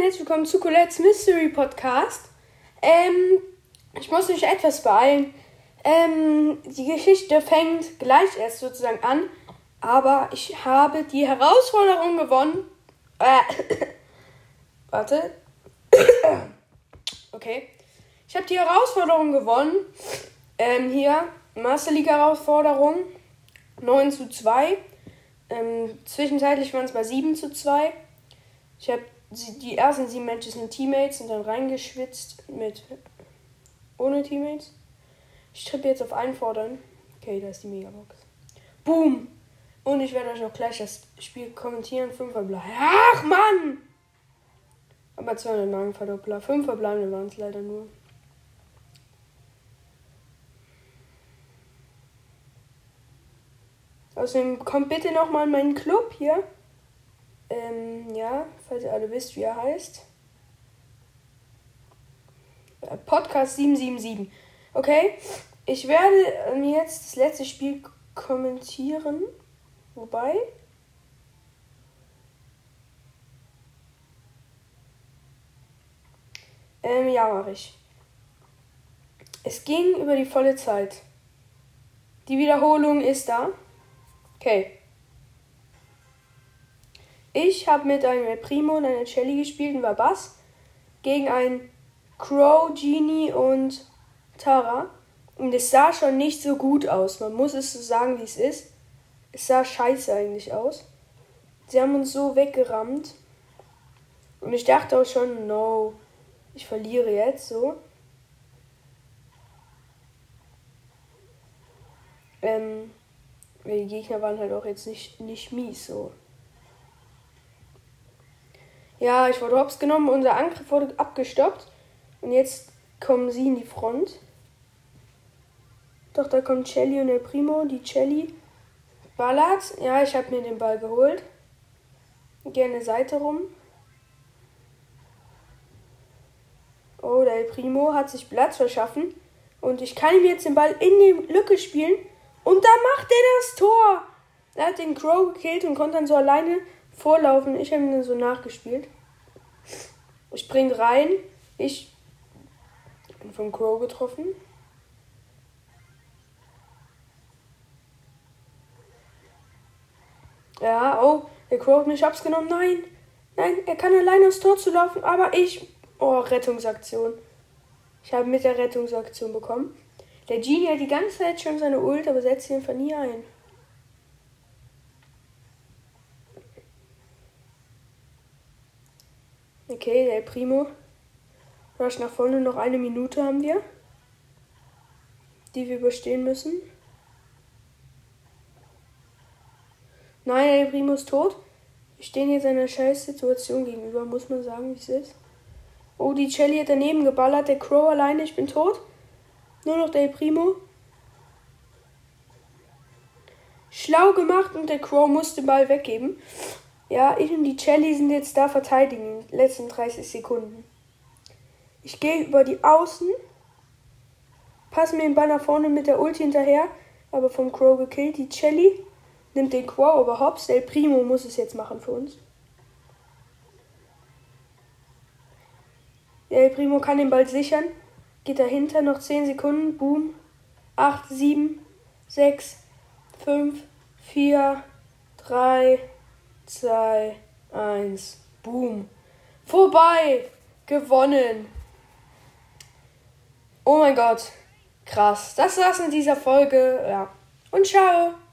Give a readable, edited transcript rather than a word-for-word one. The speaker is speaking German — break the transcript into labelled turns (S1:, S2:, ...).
S1: herzlich willkommen zu Colette's Mystery Podcast. Ich muss mich etwas beeilen. Die Geschichte fängt gleich erst sozusagen an, aber ich habe die Herausforderung gewonnen. Warte. Okay. Ich habe die Herausforderung gewonnen. Hier, Master League Herausforderung. 9:2. Zwischenzeitlich waren es mal 7:2. Ich habe die ersten 7 Matches mit Teammates und dann reingeschwitzt ohne Teammates. Ich tippe jetzt auf Einfordern. Okay, da ist die Megabox. Boom! Und ich werde euch auch gleich das Spiel kommentieren. 5 Verbleibende. Ach, Mann! Aber 209 Verdoppler. 5 Verbleibende waren es leider nur. Außerdem kommt bitte nochmal in meinen Club hier. Ja, falls ihr alle wisst, wie er heißt. Podcast 777. Okay, ich werde jetzt das letzte Spiel kommentieren. Wobei... ja, mache ich. Es ging über die volle Zeit. Die Wiederholung ist da. Okay. Ich habe mit einem El Primo und einer Shelly gespielt und war Bass. Gegen einen Crow, Genie und Tara. Und es sah schon nicht so gut aus. Man muss es so sagen, wie es ist. Es sah scheiße eigentlich aus. Sie haben uns so weggerammt. Und ich dachte auch schon, no, ich verliere jetzt so. Weil die Gegner waren halt auch jetzt nicht mies so. Ja, ich wurde hops genommen, unser Angriff wurde abgestoppt. Und jetzt kommen sie in die Front. Doch, da kommt Shelly und El Primo. Die Shelly ballert. Ja, ich habe mir den Ball geholt. Gerne Seite rum. Oh, der El Primo hat sich Platz verschaffen. Und ich kann ihm jetzt den Ball in die Lücke spielen. Und da macht er das Tor. Er hat den Crow gekillt und konnte dann so alleine vorlaufen. Ich habe ihn dann so nachgespielt. Ich bring rein. Ich bin vom Crow getroffen. Ja, oh, der Crow hat mich hops genommen. Nein, er kann alleine aufs Tor zu laufen, aber ich... Oh, Rettungsaktion. Ich habe mit der Rettungsaktion bekommen. Der Genie hat die ganze Zeit schon seine Ult, aber setzt ihn einfach nie ein. Okay, der Primo. Rush nach vorne, noch 1 Minute haben wir. Die wir überstehen müssen. Nein, der Primo ist tot. Wir stehen jetzt einer scheiß Situation gegenüber, muss man sagen, wie es ist. Oh, die Shelly hat daneben geballert. Der Crow alleine, ich bin tot. Nur noch der Primo. Schlau gemacht und der Crow musste den Ball weggeben. Ja, ich und die Shelly sind jetzt da verteidigen in den letzten 30 Sekunden. Ich gehe über die Außen. Passe mir den Ball nach vorne mit der Ulti hinterher. Aber vom Crow gekillt. Die Shelly nimmt den Crow aber hops. Der Primo muss es jetzt machen für uns. Der Primo kann den Ball sichern. Geht dahinter, noch 10 Sekunden. Boom. 8, 7, 6, 5, 4, 3, 2, 1. Boom. Vorbei. Gewonnen. Oh mein Gott. Krass. Das war's in dieser Folge. Ja. Und ciao.